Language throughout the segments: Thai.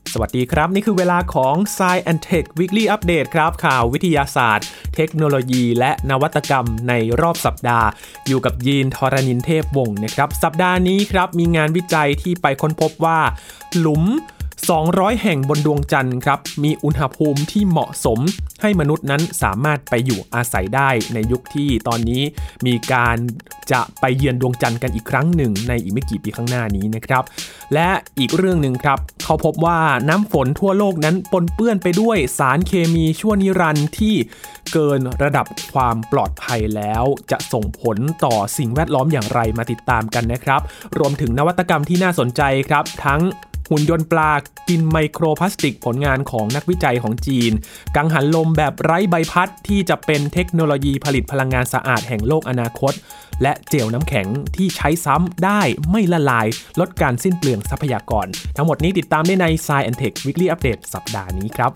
สวัสดีครับนี่คือเวลาของ Science and Tech Weekly Update ครับข่าววิทยาศาสตร์เทคโนโลยีและนวัตกรรมในรอบสัปดาห์อยู่กับยีนทรณินเทพวงศ์นะครับสัปดาห์นี้ครับมีงานวิจัยที่ไปค้นพบว่าหลุม200แห่งบนดวงจันทร์ครับมีอุณหภูมิที่เหมาะสมให้มนุษย์นั้นสามารถไปอยู่อาศัยได้ในยุคที่ตอนนี้มีการจะไปเยือนดวงจันทร์กันอีกครั้งหนึ่งในอีกไม่กี่ปีข้างหน้านี้นะครับและอีกเรื่องหนึ่งครับเขาพบว่าน้ำฝนทั่วโลกนั้นปนเปื้อนไปด้วยสารเคมีชั่วนิรันดร์ที่เกินระดับความปลอดภัยแล้วจะส่งผลต่อสิ่งแวดล้อมอย่างไรมาติดตามกันนะครับรวมถึงนวัตกรรมที่น่าสนใจครับทั้งหุ่นยนต์ปลากินไมโครพลาสติกผลงานของนักวิจัยของจีนกังหันลมแบบไร้ใบพัดที่จะเป็นเทคโนโลยีผลิตพลังงานสะอาดแห่งโลกอนาคตและเจลน้ำแข็งที่ใช้ซ้ำได้ไม่ละลายลดการสิ้นเปลืองทรัพยากรทั้งหมดนี้ติดตามได้ใน Science and Tech Weekly Update สัปดาห์นี้ครับ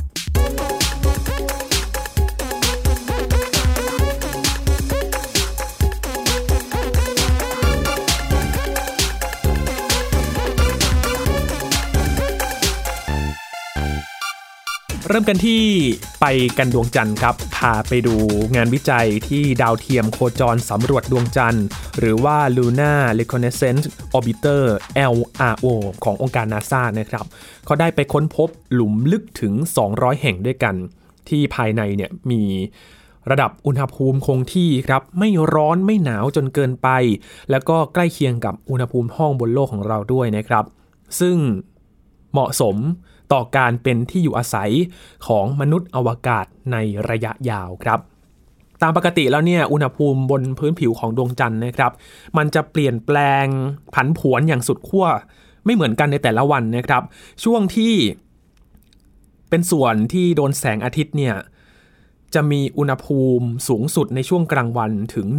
เริ่มกันที่ไปกันดวงจันทร์ครับพาไปดูงานวิจัยที่ดาวเทียมโคจรสำรวจดวงจันทร์หรือว่า Lunar Reconnaissance Orbiter LRO ขององค์การ NASA นะครับเขาได้ไปค้นพบหลุมลึกถึง200แห่งด้วยกันที่ภายในเนี่ยมีระดับอุณหภูมิคงที่ครับไม่ร้อนไม่หนาวจนเกินไปแล้วก็ใกล้เคียงกับอุณหภูมิห้องบนโลกของเราด้วยนะครับซึ่งเหมาะสมต่อการเป็นที่อยู่อาศัยของมนุษย์อวกาศในระยะยาวครับตามปกติแล้วเนี่ยอุณหภูมิบนพื้นผิวของดวงจันทร์นะครับมันจะเปลี่ยนแปลงผันผวนอย่างสุดขั้วไม่เหมือนกันในแต่ละวันนะครับช่วงที่เป็นส่วนที่โดนแสงอาทิตย์เนี่ยจะมีอุณหภูมิสูงสุดในช่วงกลางวันถึง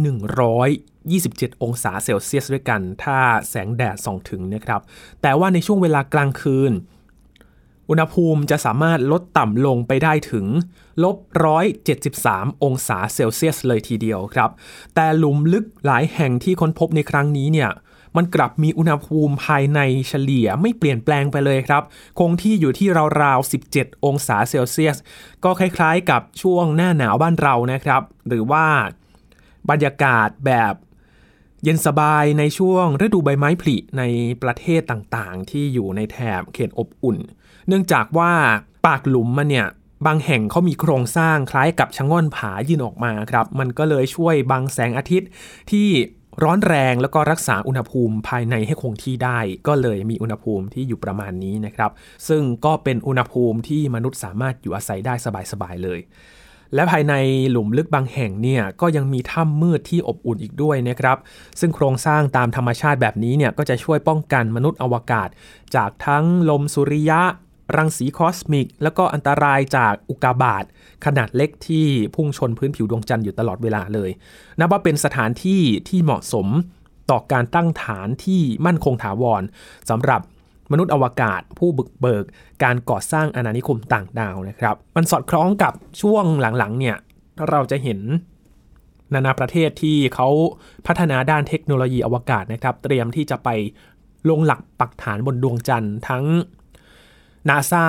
127องศาเซลเซียสด้วยกันถ้าแสงแดดส่องถึงนะครับแต่ว่าในช่วงเวลากลางคืนอุณหภูมิจะสามารถลดต่ำลงไปได้ถึง-173องศาเซลเซียสเลยทีเดียวครับแต่หลุมลึกหลายแห่งที่ค้นพบในครั้งนี้เนี่ยมันกลับมีอุณหภูมิภายในเฉลี่ยไม่เปลี่ยนแปลงไปเลยครับคงที่อยู่ที่ราวๆ17องศาเซลเซียสก็คล้ายๆกับช่วงหน้าหนาวบ้านเรานะครับหรือว่าบรรยากาศแบบเย็นสบายในช่วงฤดูใบไม้ผลิในประเทศต่างๆที่อยู่ในแถบเขตอบอุ่นเนื่องจากว่าปากหลุมมันเนี่ยบางแห่งเขามีโครงสร้างคล้ายกับชะง่อนผายื่นออกมาครับมันก็เลยช่วยบังแสงอาทิตย์ที่ร้อนแรงแล้วก็รักษาอุณหภูมิภายในให้คงที่ได้ก็เลยมีอุณหภูมิที่อยู่ประมาณนี้นะครับซึ่งก็เป็นอุณหภูมิที่มนุษย์สามารถอยู่อาศัยได้สบายๆเลยและภายในหลุมลึกบางแห่งเนี่ยก็ยังมีถ้ำมืดที่อบอุ่นอีกด้วยนะครับซึ่งโครงสร้างตามธรรมชาติแบบนี้เนี่ยก็จะช่วยป้องกันมนุษย์อวกาศจากทั้งลมสุริยะรังสีคอสมิกแล้วก็อันตรายจากอุกกาบาตขนาดเล็กที่พุ่งชนพื้นผิวดวงจันทร์อยู่ตลอดเวลาเลยนับว่าเป็นสถานที่ที่เหมาะสมต่อการตั้งฐานที่มั่นคงถาวรสำหรับมนุษย์อวกาศผู้บุกเบิกการก่อสร้างอาณานิคมต่างดาวนะครับมันสอดคล้องกับช่วงหลังๆเนี่ยเราจะเห็นนานาประเทศที่เขาพัฒนาด้านเทคโนโลยีอวกาศนะครับเตรียมที่จะไปลงหลักปักฐานบนดวงจันทร์ทั้งNASA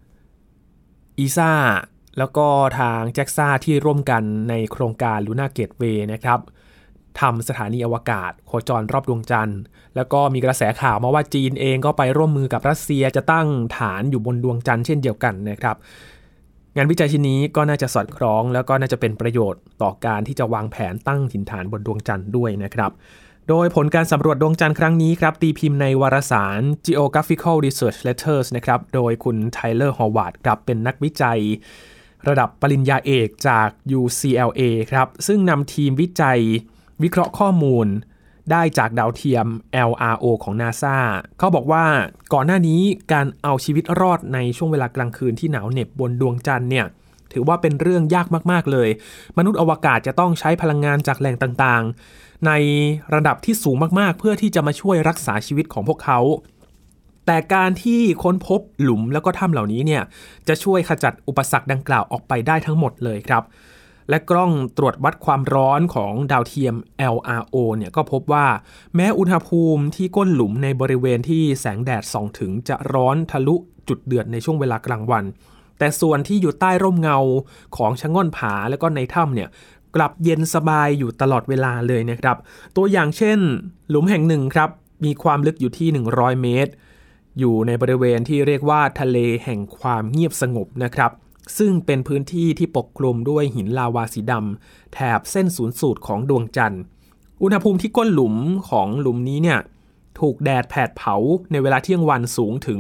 ESA แล้วก็ทาง JAXA ที่ร่วมกันในโครงการ Lunar Gateway นะครับทำสถานีอวกาศโคจรรอบดวงจันทร์แล้วก็มีกระแสข่าวมาว่าจีนเองก็ไปร่วมมือกับรัสเซียจะตั้งฐานอยู่บนดวงจันทร์เช่นเดียวกันนะครับงานวิจัยชิ้นนี้ก็น่าจะสอดคล้องแล้วก็น่าจะเป็นประโยชน์ต่อการที่จะวางแผนตั้งถิ่นฐานบนดวงจันทร์ด้วยนะครับโดยผลการสำรวจดวงจันทร์ครั้งนี้ครับตีพิมพ์ในวารสาร Geographical Research Letters นะครับโดยคุณไทเลอร์ฮอว์วาร์ดครับเป็นนักวิจัยระดับปริญญาเอกจาก UCLA ครับซึ่งนำทีมวิจัยวิเคราะห์ข้อมูลได้จากดาวเทียม LRO ของ NASA เขาบอกว่าก่อนหน้านี้การเอาชีวิตรอดในช่วงเวลากลางคืนที่หนาวเหน็บบนดวงจันทร์เนี่ยถือว่าเป็นเรื่องยากมากๆเลยมนุษย์อวกาศจะต้องใช้พลังงานจากแหล่งต่างๆในระดับที่สูงมากๆเพื่อที่จะมาช่วยรักษาชีวิตของพวกเขาแต่การที่ค้นพบหลุมแล้วก็ถ้ำเหล่านี้เนี่ยจะช่วยขจัดอุปสรรคดังกล่าวออกไปได้ทั้งหมดเลยครับและกล้องตรวจวัดความร้อนของดาวเทียม LRO เนี่ยก็พบว่าแม้อุณหภูมิที่ก้นหลุมในบริเวณที่แสงแดดส่องถึงจะร้อนทะลุจุดเดือดในช่วงเวลากลางวันแต่ส่วนที่อยู่ใต้ร่มเงาของชะง่อนผาและก็ในถ้ำเนี่ยกลับเย็นสบายอยู่ตลอดเวลาเลยนะครับตัวอย่างเช่นหลุมแห่งหนึ่งครับมีความลึกอยู่ที่100 เมตรอยู่ในบริเวณที่เรียกว่าทะเลแห่งความเงียบสงบนะครับซึ่งเป็นพื้นที่ที่ปกคลุมด้วยหินลาวาสีดำแถบเส้นศูนย์สูตรของดวงจันทร์อุณหภูมิที่ก้นหลุมของหลุมนี้เนี่ยถูกแดดแผดเผาในเวลาเที่ยงวันสูงถึง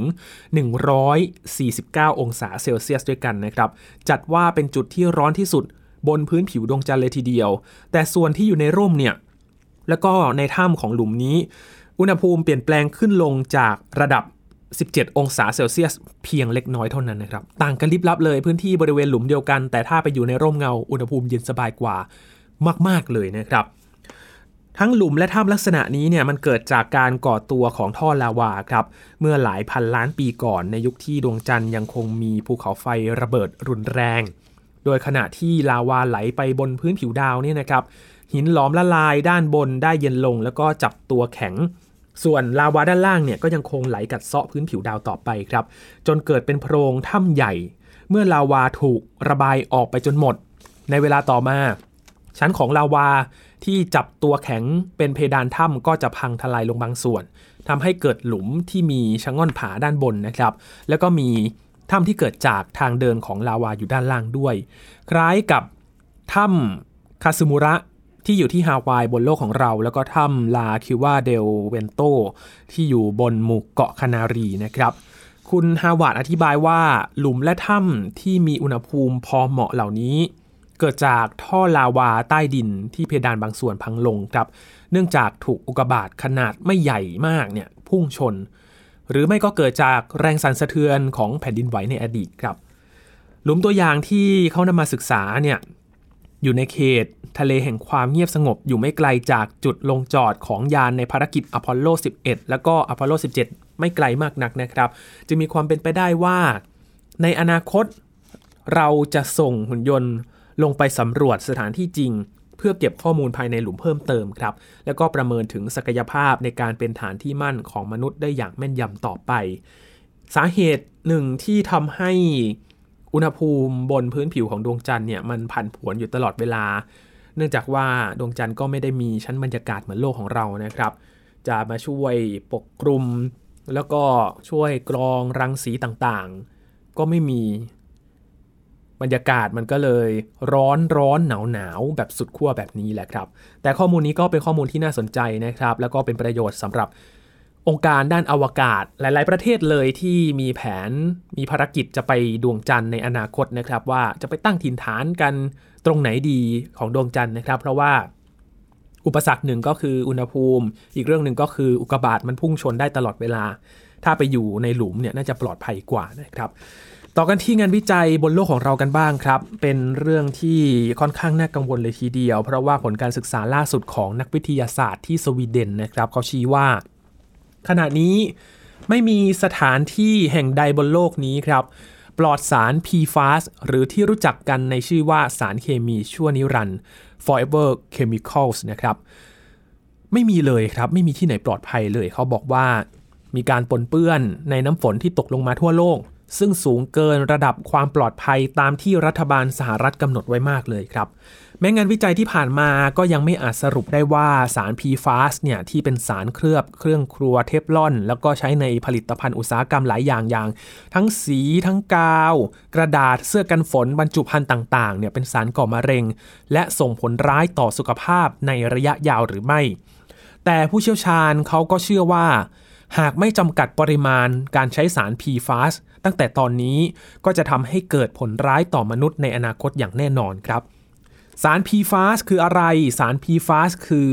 149องศาเซลเซียสด้วยกันนะครับจัดว่าเป็นจุดที่ร้อนที่สุดบนพื้นผิวดวงจันทร์เลยทีเดียวแต่ส่วนที่อยู่ในร่มเนี่ยแล้วก็ในถ้ำของหลุมนี้อุณหภูมิเปลี่ยนแปลงขึ้นลงจากระดับ17องศาเซลเซียสเพียงเล็กน้อยเท่านั้นนะครับต่างกันลิบลับเลยพื้นที่บริเวณหลุมเดียวกันแต่ถ้าไปอยู่ในร่มเงาอุณหภูมิเย็นสบายกว่ามากๆเลยนะครับทั้งหลุมและถ้ำลักษณะนี้เนี่ยมันเกิดจากการก่อตัวของท่อลาวาครับเมื่อหลายพันล้านปีก่อนในยุคที่ดวงจันทร์ยังคงมีภูเขาไฟระเบิดรุนแรงโดยขณะที่ลาวาไหลไปบนพื้นผิวดาวเนี่ยนะครับหินหลอมละลายด้านบนได้เย็นลงแล้วก็จับตัวแข็งส่วนลาวาด้านล่างเนี่ยก็ยังคงไหลกัดเซาะพื้นผิวดาวต่อไปครับจนเกิดเป็นโพรงถ้ำใหญ่เมื่อลาวาถูกระบายออกไปจนหมดในเวลาต่อมาชั้นของลาวาที่จับตัวแข็งเป็นเพดานถ้ำก็จะพังทลายลงบางส่วนทำให้เกิดหลุมที่มีชะง่อนผาด้านบนนะครับแล้วก็มีถ้ำที่เกิดจากทางเดินของลาวาอยู่ด้านล่างด้วยคล้ายกับถ้ำคาซึมุระที่อยู่ที่ฮาวายบนโลกของเราแล้วก็ถ้ำลาคิวาเดลเวนโตที่อยู่บนหมู่เกาะคานารีนะครับคุณฮาวาร์ดอธิบายว่าหลุมและถ้ำที่มีอุณหภูมิพอเหมาะเหล่านี้เกิดจากท่อลาวาใต้ดินที่เพดานบางส่วนพังลงครับเนื่องจากถูกอุกกาบาตขนาดไม่ใหญ่มากเนี่ยพุ่งชนหรือไม่ก็เกิดจากแรงสั่นสะเทือนของแผ่นดินไหวในอดีตครับหลุมตัวอย่างที่เขานำมาศึกษาเนี่ยอยู่ในเขตทะเลแห่งความเงียบสงบอยู่ไม่ไกลจากจุดลงจอดของยานในภารกิจอพอลโล 11 แล้วก็อพอลโล 17 ไม่ไกลมากนักนะครับจึงมีความเป็นไปได้ว่าในอนาคตเราจะส่งหุ่นยนต์ลงไปสำรวจสถานที่จริงเพื่อเก็บข้อมูลภายในหลุมเพิ่มเติมครับแล้วก็ประเมินถึงศักยภาพในการเป็นฐานที่มั่นของมนุษย์ได้อย่างแม่นยำต่อไปสาเหตุหนึ่งที่ทำให้อุณหภูมิบนพื้นผิวของดวงจันทร์เนี่ยมันผันผวนอยู่ตลอดเวลาเนื่องจากว่าดวงจันทร์ก็ไม่ได้มีชั้นบรรยากาศเหมือนโลกของเรานะครับจะมาช่วยปกคลุมแล้วก็ช่วยกรองรังสีต่างๆก็ไม่มีบรรยากาศมันก็เลยร้อนหนาวแบบสุดขั้วแบบนี้แหละครับแต่ข้อมูลนี้ก็เป็นข้อมูลที่น่าสนใจนะครับแล้วก็เป็นประโยชน์สำหรับองค์การด้านอวกาศหลายๆประเทศเลยที่มีแผนมีภารกิจจะไปดวงจันทร์ในอนาคตนะครับว่าจะไปตั้งถิ่นฐานกันตรงไหนดีของดวงจันทร์นะครับเพราะว่าอุปสรรคหนึ่งก็คืออุณหภูมิอีกเรื่องหนึ่งก็คืออุกกาบาตมันพุ่งชนได้ตลอดเวลาถ้าไปอยู่ในหลุมเนี่ยน่าจะปลอดภัยกว่านะครับต่อกันที่งานวิจัยบนโลกของเรากันบ้างครับเป็นเรื่องที่ค่อนข้างน่ากังวลเลยทีเดียวเพราะว่าผลการศึกษาล่าสุดของนักวิทยาศาสตร์ที่สวีเดนนะครับเขาชี้ว่าขณะนี้ไม่มีสถานที่แห่งใดบนโลกนี้ครับปลอดสาร PFAS หรือที่รู้จักกันในชื่อว่าสารเคมีชั่วนิรันดร์ Forever Chemicals นะครับไม่มีเลยครับไม่มีที่ไหนปลอดภัยเลยเขาบอกว่ามีการปนเปื้อนในน้ำฝนที่ตกลงมาทั่วโลกซึ่งสูงเกินระดับความปลอดภัยตามที่รัฐบาลสหรัฐกำหนดไว้มากเลยครับแม้งานวิจัยที่ผ่านมาก็ยังไม่อาจสรุปได้ว่าสาร PFAS เนี่ยที่เป็นสารเคลือบเครื่องครัวเทฟลอนแล้วก็ใช้ในผลิตภัณฑ์อุตสาหกรรมหลายอย่างทั้งสีทั้งกาวกระดาษเสื้อกันฝนบรรจุภัณฑ์ต่างๆเนี่ยเป็นสารก่อมะเร็งและส่งผลร้ายต่อสุขภาพในระยะยาวหรือไม่แต่ผู้เชี่ยวชาญเขาก็เชื่อว่าหากไม่จำกัดปริมาณการใช้สาร PFAS ตั้งแต่ตอนนี้ก็จะทำให้เกิดผลร้ายต่อมนุษย์ในอนาคตอย่างแน่นอนครับสาร PFAS คืออะไรสาร PFAS คือ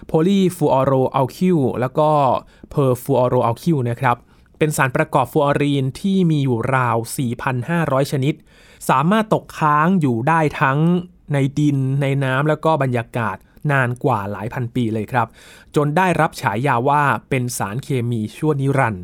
polyfluoroalkyl แล้วก็ perfluoroalkyl นะครับเป็นสารประกอบฟลูออรีนที่มีอยู่ราว 4,500 ชนิดสามารถตกค้างอยู่ได้ทั้งในดินในน้ำแล้วก็บรรยากาศนานกว่าหลายพันปีเลยครับจนได้รับฉายาว่าเป็นสารเคมีชั่วนิรันดร์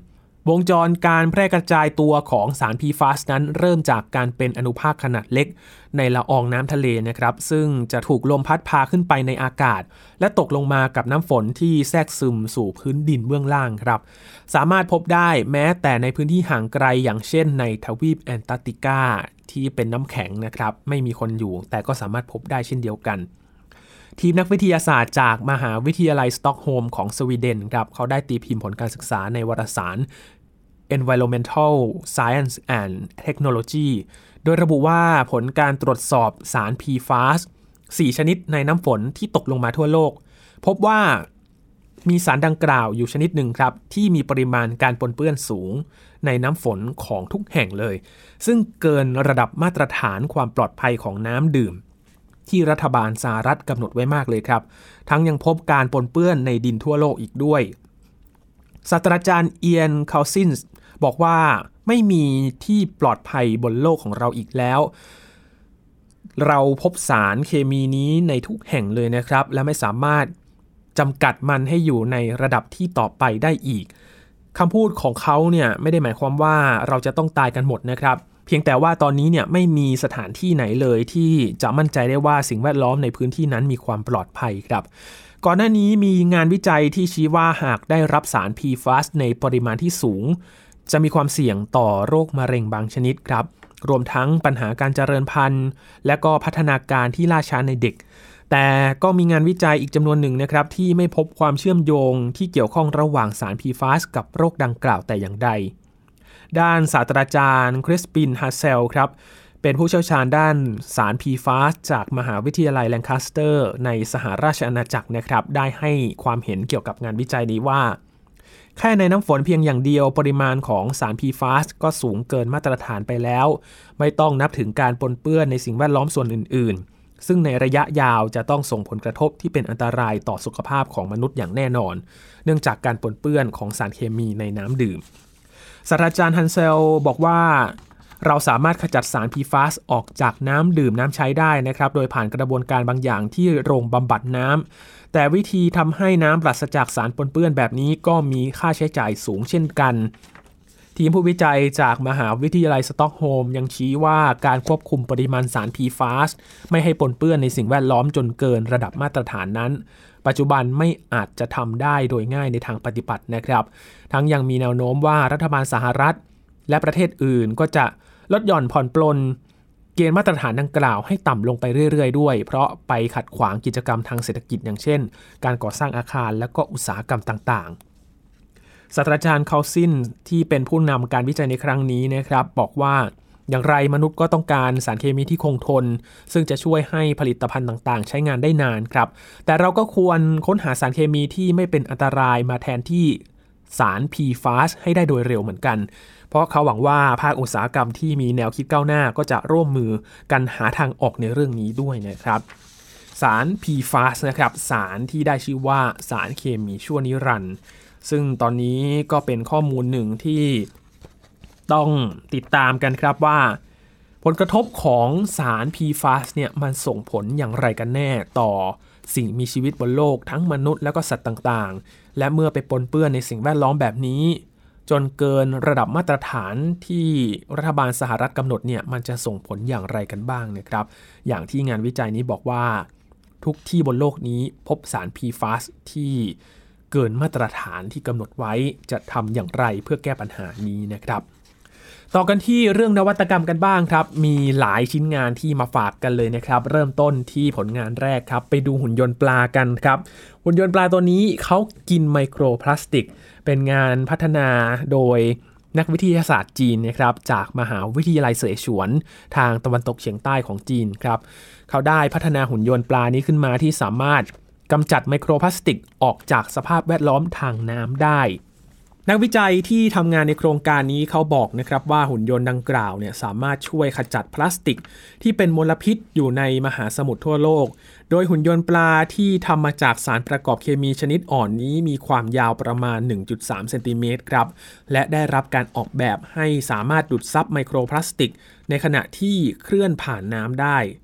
วงจรการแพร่กระจายตัวของสาร PFAS นั้นเริ่มจากการเป็นอนุภาคขนาดเล็กในละอองน้ำทะเลนะครับซึ่งจะถูกลมพัดพาขึ้นไปในอากาศและตกลงมากับน้ำฝนที่แทรกซึมสู่พื้นดินเบื้องล่างครับสามารถพบได้แม้แต่ในพื้นที่ห่างไกลอย่างเช่นในทวีปแอนตาร์กติกาที่เป็นน้ำแข็งนะครับไม่มีคนอยู่แต่ก็สามารถพบได้เช่นเดียวกันทีมนักวิทยาศาสตร์จากมหาวิทยาลัยสต็อกโฮล์มของสวีเดนครับเขาได้ตีพิมพ์ผลการศึกษาในวารสาร Environmental Science and Technology โดยระบุว่าผลการตรวจสอบสาร PFAS 4 ชนิดในน้ำฝนที่ตกลงมาทั่วโลกพบว่ามีสารดังกล่าวอยู่ชนิดหนึ่งครับที่มีปริมาณการปนเปื้อนสูงในน้ำฝนของทุกแห่งเลยซึ่งเกินระดับมาตรฐานความปลอดภัยของน้ำดื่มที่รัฐบาลสหรัฐกำหนดไว้มากเลยครับทั้งยังพบการปนเปื้อนในดินทั่วโลกอีกด้วยศาสตราจารย์เอียนคาวซินส์บอกว่าไม่มีที่ปลอดภัยบนโลกของเราอีกแล้วเราพบสารเคมีนี้ในทุกแห่งเลยนะครับและไม่สามารถจำกัดมันให้อยู่ในระดับที่ต่อไปได้อีกคำพูดของเขาเนี่ยไม่ได้หมายความว่าเราจะต้องตายกันหมดนะครับเพียงแต่ว่าตอนนี้เนี่ยไม่มีสถานที่ไหนเลยที่จะมั่นใจได้ว่าสิ่งแวดล้อมในพื้นที่นั้นมีความปลอดภัยครับก่อนหน้านี้มีงานวิจัยที่ชี้ว่าหากได้รับสาร PFAS ในปริมาณที่สูงจะมีความเสี่ยงต่อโรคมะเร็งบางชนิดครับรวมทั้งปัญหาการเจริญพันธุ์และก็พัฒนาการที่ล่าช้าในเด็กแต่ก็มีงานวิจัยอีกจำนวนหนึ่งนะครับที่ไม่พบความเชื่อมโยงที่เกี่ยวข้องระหว่างสาร PFAS กับโรคดังกล่าวแต่อย่างใดด้านศาสตราจารย์คริสปินฮัสเซลครับเป็นผู้เชี่ยวชาญด้านสาร PFAS จากมหาวิทยาลัยแลงคาสเตอร์ในสหราชอาณาจักรนะครับได้ให้ความเห็นเกี่ยวกับงานวิจัยนี้ว่าแค่ในน้ำฝนเพียงอย่างเดียวปริมาณของสาร PFAS ก็สูงเกินมาตรฐานไปแล้วไม่ต้องนับถึงการปนเปื้อนในสิ่งแวดล้อมส่วนอื่นๆซึ่งในระยะยาวจะต้องส่งผลกระทบที่เป็นอันตรายต่อสุขภาพของมนุษย์อย่างแน่นอนเนื่องจากการปนเปื้อนของสารเคมีในน้ำดื่มศาสตราจารย์ฮันเซลบอกว่าเราสามารถขจัดสาร PFAS ออกจากน้ำดื่มน้ำใช้ได้นะครับโดยผ่านกระบวนการบางอย่างที่โรงบำบัดน้ำแต่วิธีทำให้น้ำปราศจากสารปนเปื้อนแบบนี้ก็มีค่าใช้จ่ายสูงเช่นกันทีมผู้วิจัยจากมหาวิทยาลัยสต็อกโฮล์มยังชี้ว่าการควบคุมปริมาณสาร PFAS ไม่ให้ปนเปื้อนในสิ่งแวดล้อมจนเกินระดับมาตรฐานนั้นปัจจุบันไม่อาจจะทำได้โดยง่ายในทางปฏิบัตินะครับทั้งยังมีแนวโน้มว่ารัฐบาลสหรัฐและประเทศอื่นก็จะลดหย่อนผ่อนปลนเกณฑ์มาตรฐานดังกล่าวให้ต่ำลงไปเรื่อยๆด้วยเพราะไปขัดขวางกิจกรรมทางเศรษฐกิจอย่างเช่นการก่อสร้างอาคารและก็อุตสาหกรรมต่างๆศาสตราจารย์คาวซินที่เป็นผู้นำการวิจัยในครั้งนี้นะครับบอกว่าอย่างไรมนุษย์ก็ต้องการสารเคมีที่คงทนซึ่งจะช่วยให้ผลิตภัณฑ์ต่างๆใช้งานได้นานครับแต่เราก็ควรค้นหาสารเคมีที่ไม่เป็นอันตรายมาแทนที่สาร PFAS ให้ได้โดยเร็วเหมือนกันเพราะเขาหวังว่าภาคอุตสาหกรรมที่มีแนวคิดก้าวหน้าก็จะร่วมมือกันหาทางออกในเรื่องนี้ด้วยนะครับสาร PFAS นะครับสารที่ได้ชื่อว่าสารเคมีชั่วนิรันดร์ซึ่งตอนนี้ก็เป็นข้อมูลหนึ่งที่ต้องติดตามกันครับว่าผลกระทบของสาร PFAS เนี่ยมันส่งผลอย่างไรกันแน่ต่อสิ่งมีชีวิตบนโลกทั้งมนุษย์และก็สัตว์ต่างๆและเมื่อไปปนเปื้อนในสิ่งแวดล้อมแบบนี้จนเกินระดับมาตรฐานที่รัฐบาลสหรัฐกำหนดเนี่ยมันจะส่งผลอย่างไรกันบ้างนะครับอย่างที่งานวิจัยนี้บอกว่าทุกที่บนโลกนี้พบสาร PFAS ที่เกินมาตรฐานที่กำหนดไว้จะทำอย่างไรเพื่อแก้ปัญหานี้นะครับต่อกันที่เรื่องนวัตกรรมกันบ้างครับมีหลายชิ้นงานที่มาฝากกันเลยนะครับเริ่มต้นที่ผลงานแรกครับไปดูหุ่นยนต์ปลากันครับหุ่นยนต์ปลาตัวนี้เขากินไมโครพลาสติกเป็นงานพัฒนาโดยนักวิทยาศาสตร์จีนนะครับจากมหาวิทยาลัยเสฉวนทางตะวันตกเฉียงใต้ของจีนครับเขาได้พัฒนาหุ่นยนต์ปลานี้ขึ้นมาที่สามารถกำจัดไมโครพลาสติกออกจากสภาพแวดล้อมทางน้ำได้นักวิจัยที่ทำงานในโครงการนี้เขาบอกนะครับว่าหุ่นยนต์ดังกล่าวเนี่ยสามารถช่วยขจัดพลาสติกที่เป็นมลพิษอยู่ในมหาสมุทรทั่วโลกโดยหุ่นยนต์ปลาที่ทำมาจากสารประกอบเคมีชนิดอ่อนนี้มีความยาวประมาณ 1.3 เซนติเมตรครับและได้รับการออกแบบให้สามารถดูดซับไมโครพลาสติกในขณะที่เคลื่อนผ่านน้ำได้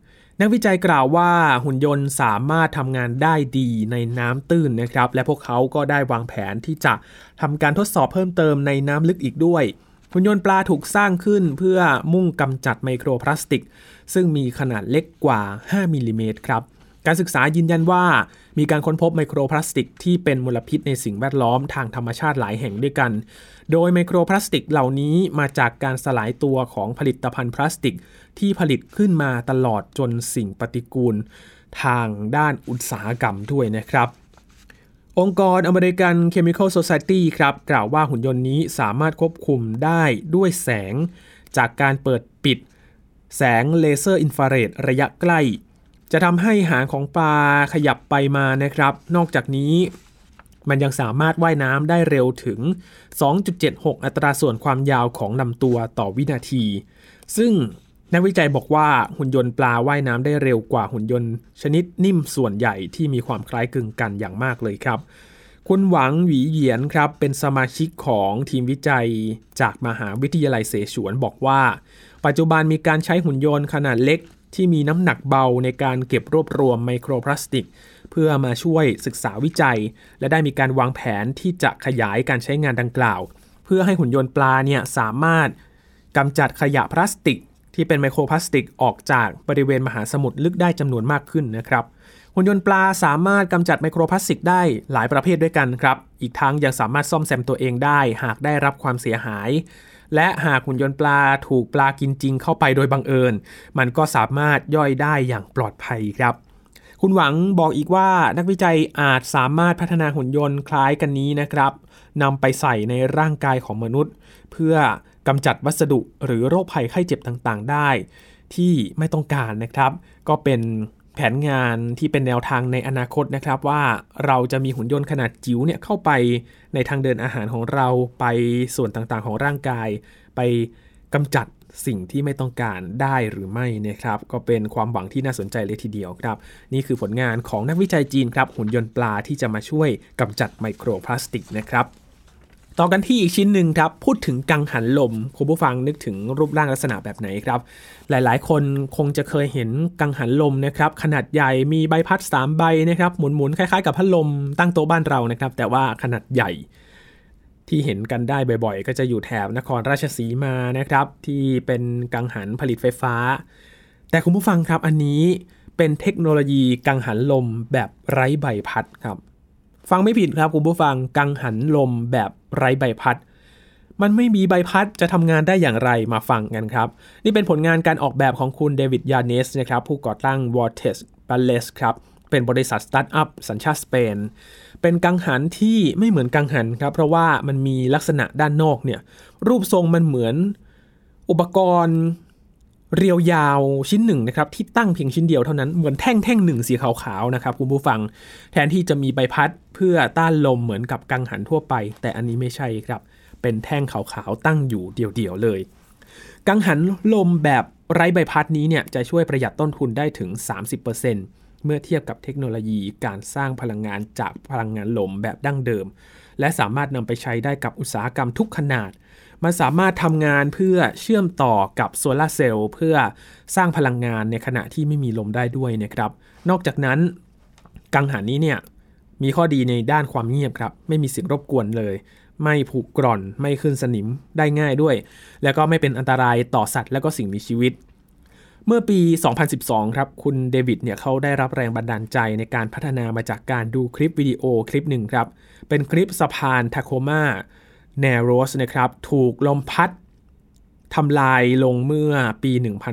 นักวิจัยกล่าวว่าหุ่นยนต์สามารถทำงานได้ดีในน้ำตื้นนะครับและพวกเขาก็ได้วางแผนที่จะทำการทดสอบเพิ่มเติมในน้ำลึกอีกด้วยหุ่นยนต์ปลาถูกสร้างขึ้นเพื่อมุ่งกำจัดไมโครพลาสติกซึ่งมีขนาดเล็กกว่า5มิลลิเมตรครับการศึกษายืนยันว่ามีการค้นพบไมโครพลาสติกที่เป็นมลพิษในสิ่งแวดล้อมทางธรรมชาติหลายแห่งด้วยกันโดยไมโครพลาสติกเหล่านี้มาจากการสลายตัวของผลิตภัณฑ์พลาสติกที่ผลิตขึ้นมาตลอดจนสิ่งปฏิกูลทางด้านอุตสาหกรรมด้วยนะครับองค์กร American Chemical Society ครับกล่าวว่าหุ่นยนต์นี้สามารถควบคุมได้ด้วยแสงจากการเปิดปิดแสงเลเซอร์อินฟราเรดระยะใกล้จะทำให้หางของปลาขยับไปมานะครับนอกจากนี้มันยังสามารถว่ายน้ำได้เร็วถึง 2.76 อัตราส่วนความยาวของลำตัวต่อวินาทีซึ่งนักวิจัยบอกว่าหุ่นยนต์ปลาว่ายน้ำได้เร็วกว่าหุ่นยนต์ชนิดนิ่มส่วนใหญ่ที่มีความคล้ายคลึงกันอย่างมากเลยครับคุณหวังหวีเหยียนครับเป็นสมาชิกของทีมวิจัยจากมหาวิทยาลัยเสฉวนบอกว่าปัจจุบันมีการใช้หุ่นยนต์ขนาดเล็กที่มีน้ำหนักเบาในการเก็บรวบรวมไมโครพลาสติกเพื่อมาช่วยศึกษาวิจัยและได้มีการวางแผนที่จะขยายการใช้งานดังกล่าวเพื่อให้หุ่นยนต์ปลาเนี่ยสามารถกำจัดขยะพลาสติกที่เป็นไมโครพลาสติกออกจากบริเวณมหาสมุทรลึกได้จำนวนมากขึ้นนะครับหุ่นยนต์ปลาสามารถกำจัดไมโครพลาสติกได้หลายประเภทด้วยกันครับอีกทั้งยังสามารถซ่อมแซมตัวเองได้หากได้รับความเสียหายและหากหุ่นยนต์ปลาถูกปลากินจริงเข้าไปโดยบังเอิญมันก็สามารถย่อยได้อย่างปลอดภัยครับคุณหวังบอกอีกว่านักวิจัยอาจสามารถพัฒนาหุ่นยนต์คล้ายกันนี้นะครับนำไปใส่ในร่างกายของมนุษย์เพื่อกำจัดวัสดุหรือโรคภัยไข้เจ็บต่างๆได้ที่ไม่ต้องการนะครับก็เป็นแผนงานที่เป็นแนวทางในอนาคตนะครับว่าเราจะมีหุ่นยนต์ขนาดจิ๋วเนี่ยเข้าไปในทางเดินอาหารของเราไปส่วนต่างๆของร่างกายไปกำจัดสิ่งที่ไม่ต้องการได้หรือไม่นะครับก็เป็นความหวังที่น่าสนใจเลยทีเดียวครับนี่คือผลงานของนักวิจัยจีนครับหุ่นยนต์ปลาที่จะมาช่วยกำจัดไมโครพลาสติกนะครับต่อกันที่อีกชิ้นหนึ่งครับพูดถึงกังหันลมคุณผู้ฟังนึกถึงรูปร่างลักษณะแบบไหนครับหลายๆคนคงจะเคยเห็นกังหันลมนะครับขนาดใหญ่มีใบพัด3ใบนะครับหมุนๆคล้ายๆกับพัดลมตั้งโต๊ะบ้านเรานะครับแต่ว่าขนาดใหญ่ที่เห็นกันได้บ่อยๆก็จะอยู่แถบนครราชสีมานะครับที่เป็นกังหันผลิตไฟฟ้าแต่คุณผู้ฟังครับอันนี้เป็นเทคโนโลยีกังหันลมแบบไร้ใบพัดครับฟังไม่ผิดครับคุณผู้ฟังกังหันลมแบบไร้ใบพัดมันไม่มีใบพัดจะทำงานได้อย่างไรมาฟังกันครับนี่เป็นผลงานการออกแบบของคุณเดวิดยาเนสนะครับผู้ก่อตั้ง Vortex Ballets ครับเป็นบริษัทสตาร์ทอัพสัญชาติสเปนเป็นกังหันที่ไม่เหมือนกังหันครับเพราะว่ามันมีลักษณะด้านนอกเนี่ยรูปทรงมันเหมือนอุปกรณ์เรียวยาวชิ้นหนึ่งนะครับที่ตั้งเพียงชิ้นเดียวเท่านั้นเหมือนแท่งหนึ่งสีขาวๆนะครับคุณผู้ฟังแทนที่จะมีใบพัดเพื่อต้านลมเหมือนกับกังหันทั่วไปแต่อันนี้ไม่ใช่ครับเป็นแท่งขาวๆตั้งอยู่เดี่ยวๆเลยกังหันลมแบบไร้ใบพัดนี้เนี่ยจะช่วยประหยัดต้นทุนได้ถึง 30%เมื่อเทียบกับเทคโนโลยีการสร้างพลังงานจากพลังงานลมแบบดั้งเดิมและสามารถนำไปใช้ได้กับอุตสาหกรรมทุกขนาดมันสามารถทำงานเพื่อเชื่อมต่อกับโซลาร์เซลล์เพื่อสร้างพลังงานในขณะที่ไม่มีลมได้ด้วยนะครับนอกจากนั้นกังหันนี้เนี่ยมีข้อดีในด้านความเงียบครับไม่มีเสียงรบกวนเลยไม่ผุกร่อนไม่ขึ้นสนิมได้ง่ายด้วยแล้วก็ไม่เป็นอันตรายต่อสัตว์และก็สิ่งมีชีวิตเมื่อปี 2012 ครับคุณเดวิดเนี่ยเขาได้รับแรงบันดาลใจในการพัฒนามาจากการดูคลิปวิดีโอคลิปหนึ่งครับเป็นคลิปสะพานทาโคมาแนโรสนะครับถูกลมพัดทำลายลงเมื่อปี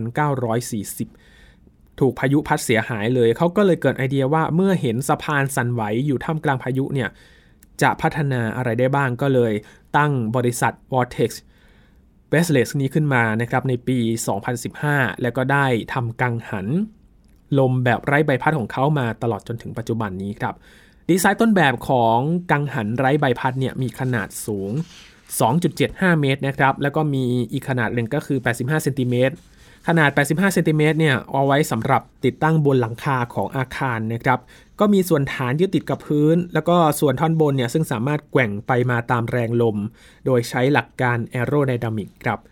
1940 ถูกพายุพัดเสียหายเลยเขาก็เลยเกิดไอเดียว่าเมื่อเห็นสะพานสั่นไหวอยู่ท่ามกลางพายุเนี่ยจะพัฒนาอะไรได้บ้างก็เลยตั้งบริษัท Vortex Ballets นี้ขึ้นมานะครับในปี 2015 แล้วก็ได้ทำกังหันลมแบบไร้ใบพัดของเขามาตลอดจนถึงปัจจุบันนี้ครับดีไซน์ต้นแบบของกังหันไร้ใบพัดเนี่ยมีขนาดสูง 2.75 เมตรนะครับแล้วก็มีอีกขนาดหนึ่งก็คือ 85 เซนติเมตรขนาด 85 เซนติเมตรเนี่ยเอาไว้สำหรับติดตั้งบนหลังคาของอาคารนะครับก็มีส่วนฐานยึดติดกับพื้นแล้วก็ส่วนท่อนบนเนี่ยซึ่งสามารถแกว่งไปมาตามแรงลมโดยใช้หลักการแอโรไดนามิกครับ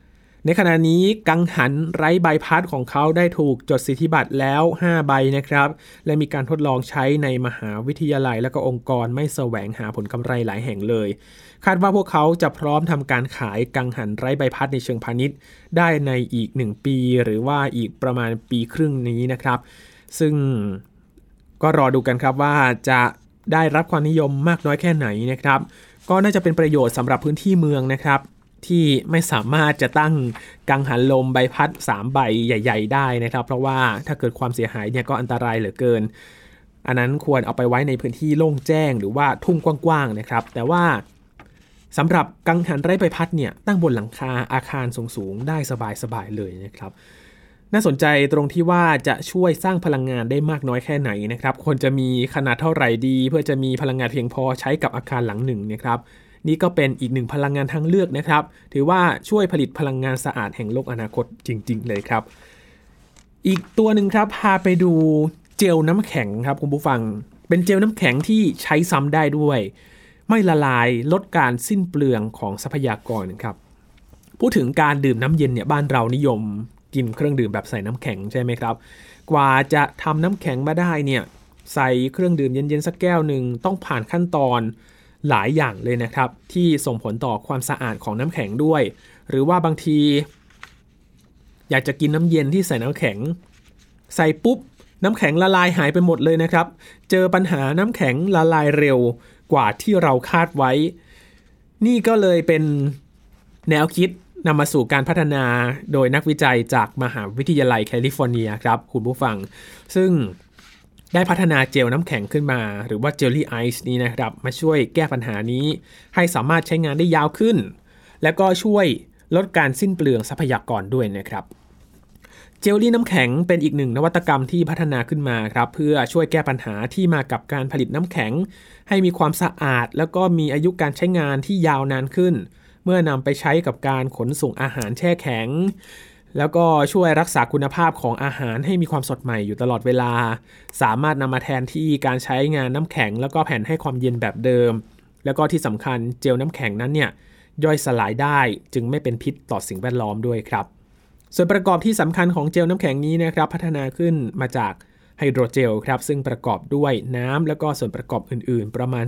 ในขณะนี้กังหันไร้ใบพัดของเขาได้ถูกจดสิทธิบัตรแล้ว5ใบนะครับและมีการทดลองใช้ในมหาวิทยาลัยและก็องค์กรไม่แสวงหาผลกำไรหลายแห่งเลยคาดว่าพวกเขาจะพร้อมทำการขายกังหันไร้ใบพัดในเชิงพาณิชย์ได้ในอีก1ปีหรือว่าอีกประมาณปีครึ่งนี้นะครับซึ่งก็รอดูกันครับว่าจะได้รับความนิยมมากน้อยแค่ไหนนะครับก็น่าจะเป็นประโยชน์สำหรับพื้นที่เมืองนะครับที่ไม่สามารถจะตั้งกังหันลมใบพัด3ใบใหญ่ๆได้นะครับเพราะว่าถ้าเกิดความเสียหายเนี่ยก็อันตรายเหลือเกินอันนั้นควรเอาไปไว้ในพื้นที่โล่งแจ้งหรือว่าทุ่งกว้างๆนะครับแต่ว่าสำหรับกังหันไร้ใบพัดเนี่ยตั้งบนหลังคาอาคารสูงๆได้สบายๆเลยนะครับน่าสนใจตรงที่ว่าจะช่วยสร้างพลังงานได้มากน้อยแค่ไหนนะครับควรจะมีขนาดเท่าไหร่ดีเพื่อจะมีพลังงานเพียงพอใช้กับอาคารหลังหนึ่งนะครับนี่ก็เป็นอีกหนึ่งพลังงานทางเลือกนะครับถือว่าช่วยผลิตพลังงานสะอาดแห่งโลกอนาคตจริงๆเลยครับอีกตัวหนึ่งครับพาไปดูเจลน้ำแข็งครับคุณผู้ฟังเป็นเจลน้ำแข็งที่ใช้ซ้ำได้ด้วยไม่ละลายลดการสิ้นเปลืองของทรัพยากรครับพูดถึงการดื่มน้ำเย็นเนี่ยบ้านเรานิยมกินเครื่องดื่มแบบใส่น้ำแข็งใช่ไหมครับกว่าจะทำน้ำแข็งมาได้เนี่ยใส่เครื่องดื่มเย็นๆสักแก้วหนึ่งต้องผ่านขั้นตอนหลายอย่างเลยนะครับที่ส่งผลต่อความสะอาดของน้ำแข็งด้วยหรือว่าบางทีอยากจะกินน้ำเย็นที่ใส่น้ำแข็งใส่ปุ๊บน้ำแข็งละลายหายไปหมดเลยนะครับเจอปัญหาน้ำแข็งละลายเร็วกว่าที่เราคาดไว้นี่ก็เลยเป็นแนวคิดนำมาสู่การพัฒนาโดยนักวิจัยจากมหาวิทยาลัยแคลิฟอร์เนียครับคุณผู้ฟังซึ่งได้พัฒนาเจลน้ำแข็งขึ้นมาหรือว่าเจลลี่ไอซ์นี้นะครับมาช่วยแก้ปัญหานี้ให้สามารถใช้งานได้ยาวขึ้นและก็ช่วยลดการสิ้นเปลืองทรัพยากรด้วยนะครับเจลลี่น้ำแข็งเป็นอีกหนึ่งนวัตกรรมที่พัฒนาขึ้นมาครับเพื่อช่วยแก้ปัญหาที่มากับการผลิตน้ำแข็งให้มีความสะอาดแล้วก็มีอายุการใช้งานที่ยาวนานขึ้นเมื่อนำไปใช้กับการขนส่งอาหารแช่แข็งแล้วก็ช่วยรักษาคุณภาพของอาหารให้มีความสดใหม่อยู่ตลอดเวลาสามารถนำมาแทนที่การใช้งานน้ำแข็งแล้วก็แผ่นให้ความเย็นแบบเดิมแล้วก็ที่สำคัญเจลน้ำแข็งนั้นเนี่ยย่อยสลายได้จึงไม่เป็นพิษต่อสิ่งแวดล้อมด้วยครับส่วนประกอบที่สำคัญของเจลน้ำแข็งนี้นะครับพัฒนาขึ้นมาจากไฮโดรเจลครับซึ่งประกอบด้วยน้ำแล้วก็ส่วนประกอบอื่นๆประมาณ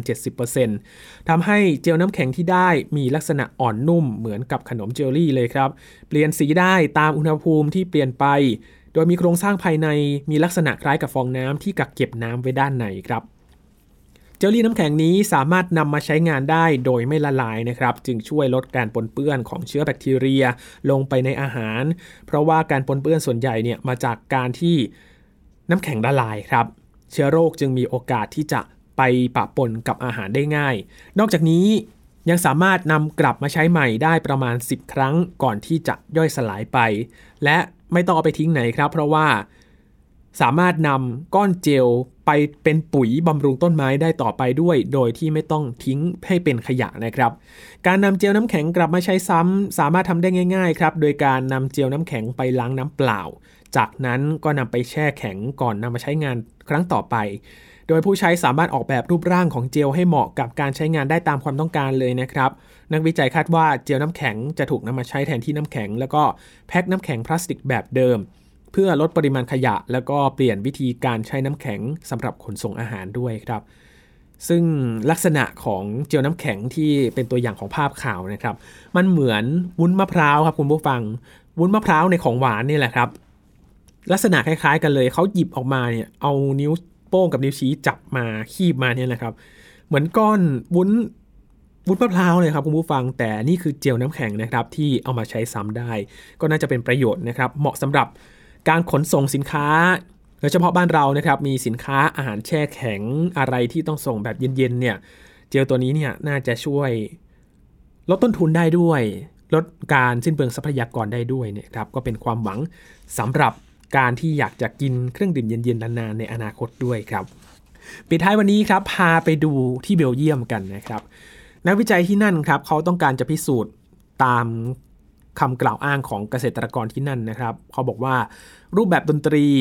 70% ทำให้เจลน้ำแข็งที่ได้มีลักษณะอ่อนนุ่มเหมือนกับขนมเจลลี่เลยครับเปลี่ยนสีได้ตามอุณหภูมิที่เปลี่ยนไปโดยมีโครงสร้างภายในมีลักษณะคล้ายกับฟองน้ำที่กักเก็บน้ำไว้ด้านในครับเจลลี่น้ำแข็งนี้สามารถนำมาใช้งานได้โดยไม่ละลายนะครับจึงช่วยลดการปนเปื้อนของเชื้อแบคทีเรียลงไปในอาหารเพราะว่าการปนเปื้อนส่วนใหญ่เนี่ยมาจากการที่น้ำแข็งละลายครับเชื้อโรคจึงมีโอกาสที่จะไปปะปนกับอาหารได้ง่ายนอกจากนี้ยังสามารถนำกลับมาใช้ใหม่ได้ประมาณ10ครั้งก่อนที่จะย่อยสลายไปและไม่ต้องเอาไปทิ้งไหนครับเพราะว่าสามารถนำก้อนเจลไปเป็นปุ๋ยบำรุงต้นไม้ได้ต่อไปด้วยโดยที่ไม่ต้องทิ้งให้เป็นขยะนะครับการนำเจลน้ำแข็งกลับมาใช้ซ้ำสามารถทำได้ง่ายๆครับโดยการนำเจลน้ำแข็งไปล้างน้ำเปล่าจากนั้นก็นำไปแช่แข็งก่อนนำมาใช้งานครั้งต่อไปโดยผู้ใช้สามารถออกแบบรูปร่างของเจลให้เหมาะกับการใช้งานได้ตามความต้องการเลยนะครับนักวิจัยคาดว่าเจลน้ำแข็งจะถูกนำมาใช้แทนที่น้ำแข็งแล้วก็แพ็คน้ำแข็งพลาสติกแบบเดิมเพื่อลดปริมาณขยะแล้วก็เปลี่ยนวิธีการใช้น้ำแข็งสำหรับขนส่งอาหารด้วยครับซึ่งลักษณะของเจลน้ำแข็งที่เป็นตัวอย่างของภาพข่าวนะครับมันเหมือนวุ้นมะพร้าวครับคุณผู้ฟังวุ้นมะพร้าวในของหวานนี่แหละครับลักษณะคล้ายๆกันเลยเขาหยิบออกมาเนี่ยเอานิ้วโป้งกับนิ้วชี้จับมาคีบมาเนี่ยนะครับเหมือนก้อนวุ้นมะพร้าวเลยครับคุณผู้ฟังแต่นี่คือเจลน้ำแข็งนะครับที่เอามาใช้ซ้ำได้ก็น่าจะเป็นประโยชน์นะครับเหมาะสำหรับการขนส่งสินค้าโดยเฉพาะบ้านเรานะครับมีสินค้าอาหารแช่แข็งอะไรที่ต้องส่งแบบเย็นๆเนี่ยเจลตัวนี้เนี่ยน่าจะช่วยลดต้นทุนได้ด้วยลดการสิ้นเปลืองทรัพยากรได้ด้วยเนี่ยครับก็เป็นความหวังสำหรับการที่อยากจะกินเครื่องดื่มเย็นๆนานๆในอนาคตด้วยครับปิดท้ายวันนี้ครับพาไปดูที่เบลเยียมกันนะครับนักวิจัยที่นั่นครับเขาต้องการจะพิสูจน์ตามคำกล่าวอ้างของเกษตรกรที่นั่นนะครับเขาบอกว่ารูปแบบดนตรี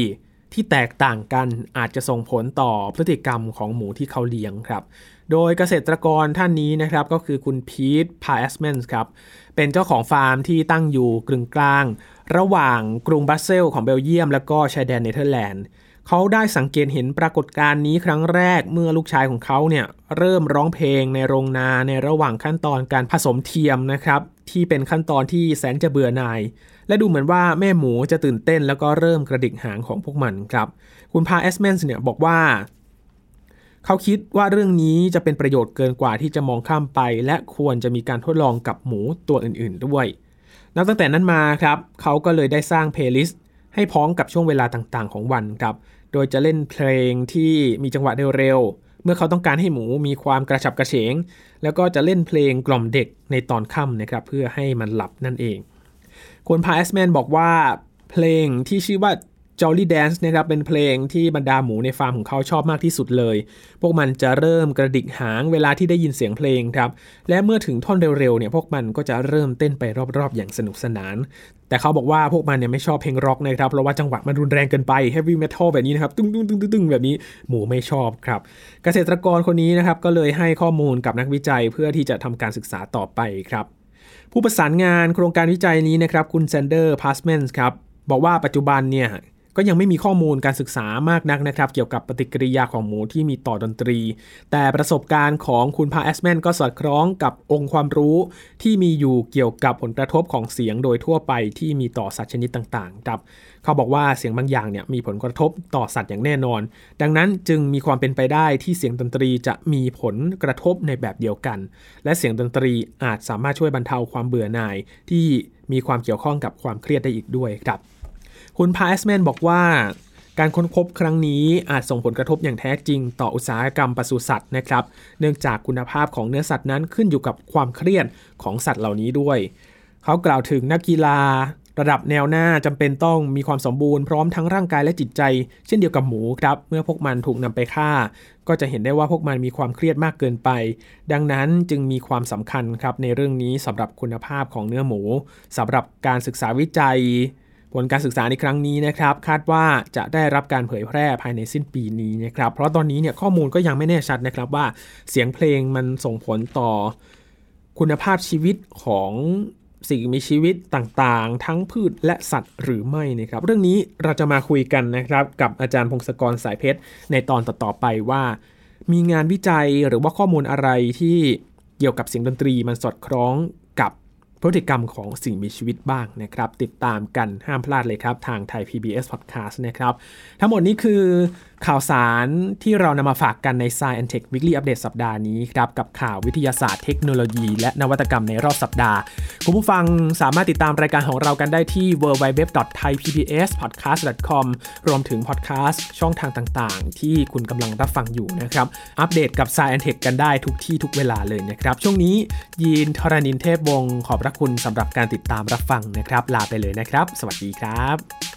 ที่แตกต่างกันอาจจะส่งผลต่อพฤติกรรมของหมูที่เขาเลี้ยงครับโดยเกษตรกรท่านนี้นะครับก็คือคุณพีท พาแอสแมนส์ครับเป็นเจ้าของฟาร์มที่ตั้งอยู่กึ่งกลางระหว่างกรุงบรัสเซลส์ของเบลเยียมและก็ชายแดนเนเธอร์แลนด์เขาได้สังเกตเห็นปรากฏการณ์นี้ครั้งแรกเมื่อลูกชายของเขาเนี่ยเริ่มร้องเพลงในโรงนาในระหว่างขั้นตอนการผสมเทียมนะครับที่เป็นขั้นตอนที่แสนจะเบื่อหน่ายและดูเหมือนว่าแม่หมูจะตื่นเต้นแล้วก็เริ่มกระดิกหางของพวกมันครับคุณพาแอสแมนส์เนี่ยบอกว่าเขาคิดว่าเรื่องนี้จะเป็นประโยชน์เกินกว่าที่จะมองข้ามไปและควรจะมีการทดลองกับหมูตัวอื่นๆด้วยนับตั้งแต่นั้นมาครับเขาก็เลยได้สร้างเพลย์ลิสต์ให้พ้องกับช่วงเวลาต่างๆของวันครับโดยจะเล่นเพลงที่มีจังหวะเร็วๆเมื่อเขาต้องการให้หมูมีความกระฉับกระเฉงแล้วก็จะเล่นเพลงกล่อมเด็กในตอนค่ำนะครับเพื่อให้มันหลับนั่นเองคุณพาแอสแมนบอกว่าเพลงที่ชื่อว่า Jolly Dance นะครับเป็นเพลงที่บรรดาหมูในฟาร์มของเขาชอบมากที่สุดเลยพวกมันจะเริ่มกระดิกหางเวลาที่ได้ยินเสียงเพลงครับและเมื่อถึงท่อนเร็วๆเนี่ยพวกมันก็จะเริ่มเต้นไปรอบๆอย่างสนุกสนานแต่เขาบอกว่าพวกมันเนี่ยไม่ชอบเพลงร็อกนะครับเพราะว่าจังหวะมันรุนแรงเกินไป Heavy Metal แบบนี้นะครับตึ้งๆๆๆแบบนี้หมูไม่ชอบครับเกษตรกรคนนี้นะครับก็เลยให้ข้อมูลกับนักวิจัยเพื่อที่จะทำการศึกษาต่อไปครับผู้ประสานงานโครงการวิจัยนี้นะครับคุณแซนเดอร์ พาสแมนส์ครับบอกว่าปัจจุบันเนี่ยก็ยังไม่มีข้อมูลการศึกษามากนักนะครับเกี่ยวกับปฏิกิริยาของหมูที่มีต่อดนตรีแต่ประสบการณ์ของคุณพาแอสแมนก็สอดคล้องกับองค์ความรู้ที่มีอยู่เกี่ยวกับผลกระทบของเสียงโดยทั่วไปที่มีต่อสัตว์ชนิดต่างๆครับเขาบอกว่าเสียงบางอย่างเนี่ยมีผลกระทบต่อสัตว์อย่างแน่นอนดังนั้นจึงมีความเป็นไปได้ที่เสียงดนตรีจะมีผลกระทบในแบบเดียวกันและเสียงดนตรีอาจสามารถช่วยบรรเทาความเบื่อหน่ายที่มีความเกี่ยวข้องกับความเครียดได้อีกด้วยครับคุณพาแอสแมนบอกว่าการค้นพบครั้งนี้อาจส่งผลกระทบอย่างแท้จริงต่ออุตสาหกรรมปศุสัตว์นะครับเนื่องจากคุณภาพของเนื้อสัตว์นั้นขึ้นอยู่กับความเครียดของสัตว์เหล่านี้ด้วยเขากล่าวถึงนักกีฬาระดับแนวหน้าจำเป็นต้องมีความสมบูรณ์พร้อมทั้งร่างกายและจิตใจเช่นเดียวกับหมูครับเมื่อพวกมันถูกนำไปฆ่าก็จะเห็นได้ว่าพวกมันมีความเครียดมากเกินไปดังนั้นจึงมีความสำคัญครับในเรื่องนี้สำหรับคุณภาพของเนื้อหมูสำหรับการศึกษาวิจัยผลการศึกษาในครั้งนี้นะครับคาดว่าจะได้รับการเผยแพร่ภายในสิ้นปีนี้นะครับเพราะตอนนี้เนี่ยข้อมูลก็ยังไม่แน่ชัดนะครับว่าเสียงเพลงมันส่งผลต่อคุณภาพชีวิตของสิ่งมีชีวิตต่างๆทั้งพืชและสัตว์หรือไม่นะครับเรื่องนี้เราจะมาคุยกันนะครับกับอาจารย์พงศกรสายเพชรในตอนต่อๆไปว่ามีงานวิจัยหรือว่าข้อมูลอะไรที่เกี่ยวกับเสียงดนตรีมันสอดคล้องกับพฤติกรรมของสิ่งมีชีวิตบ้างนะครับติดตามกันห้ามพลาดเลยครับทางไทย PBS Podcast นะครับทั้งหมดนี้คือข่าวสารที่เรานำมาฝากกันใน Science and Tech Weekly Update สัปดาห์นี้ครับกับข่าววิทยาศาสตร์เทคโนโลยีและนวัตกรรมในรอบสัปดาห์คุณผู้ฟังสามารถติดตามรายการของเรากันได้ที่ www.thaipbspodcast.com รวมถึงพอดแคสต์ช่องทางต่างๆที่คุณกำลังรับฟังอยู่นะครับอัปเดตกับ Science and Tech กันได้ทุกที่ทุกเวลาเลยนะครับช่วงนี้ยีนธรณินทร์เทพวงศ์ขอบพระคุณสำหรับการติดตามรับฟังนะครับลาไปเลยนะครับสวัสดีครับ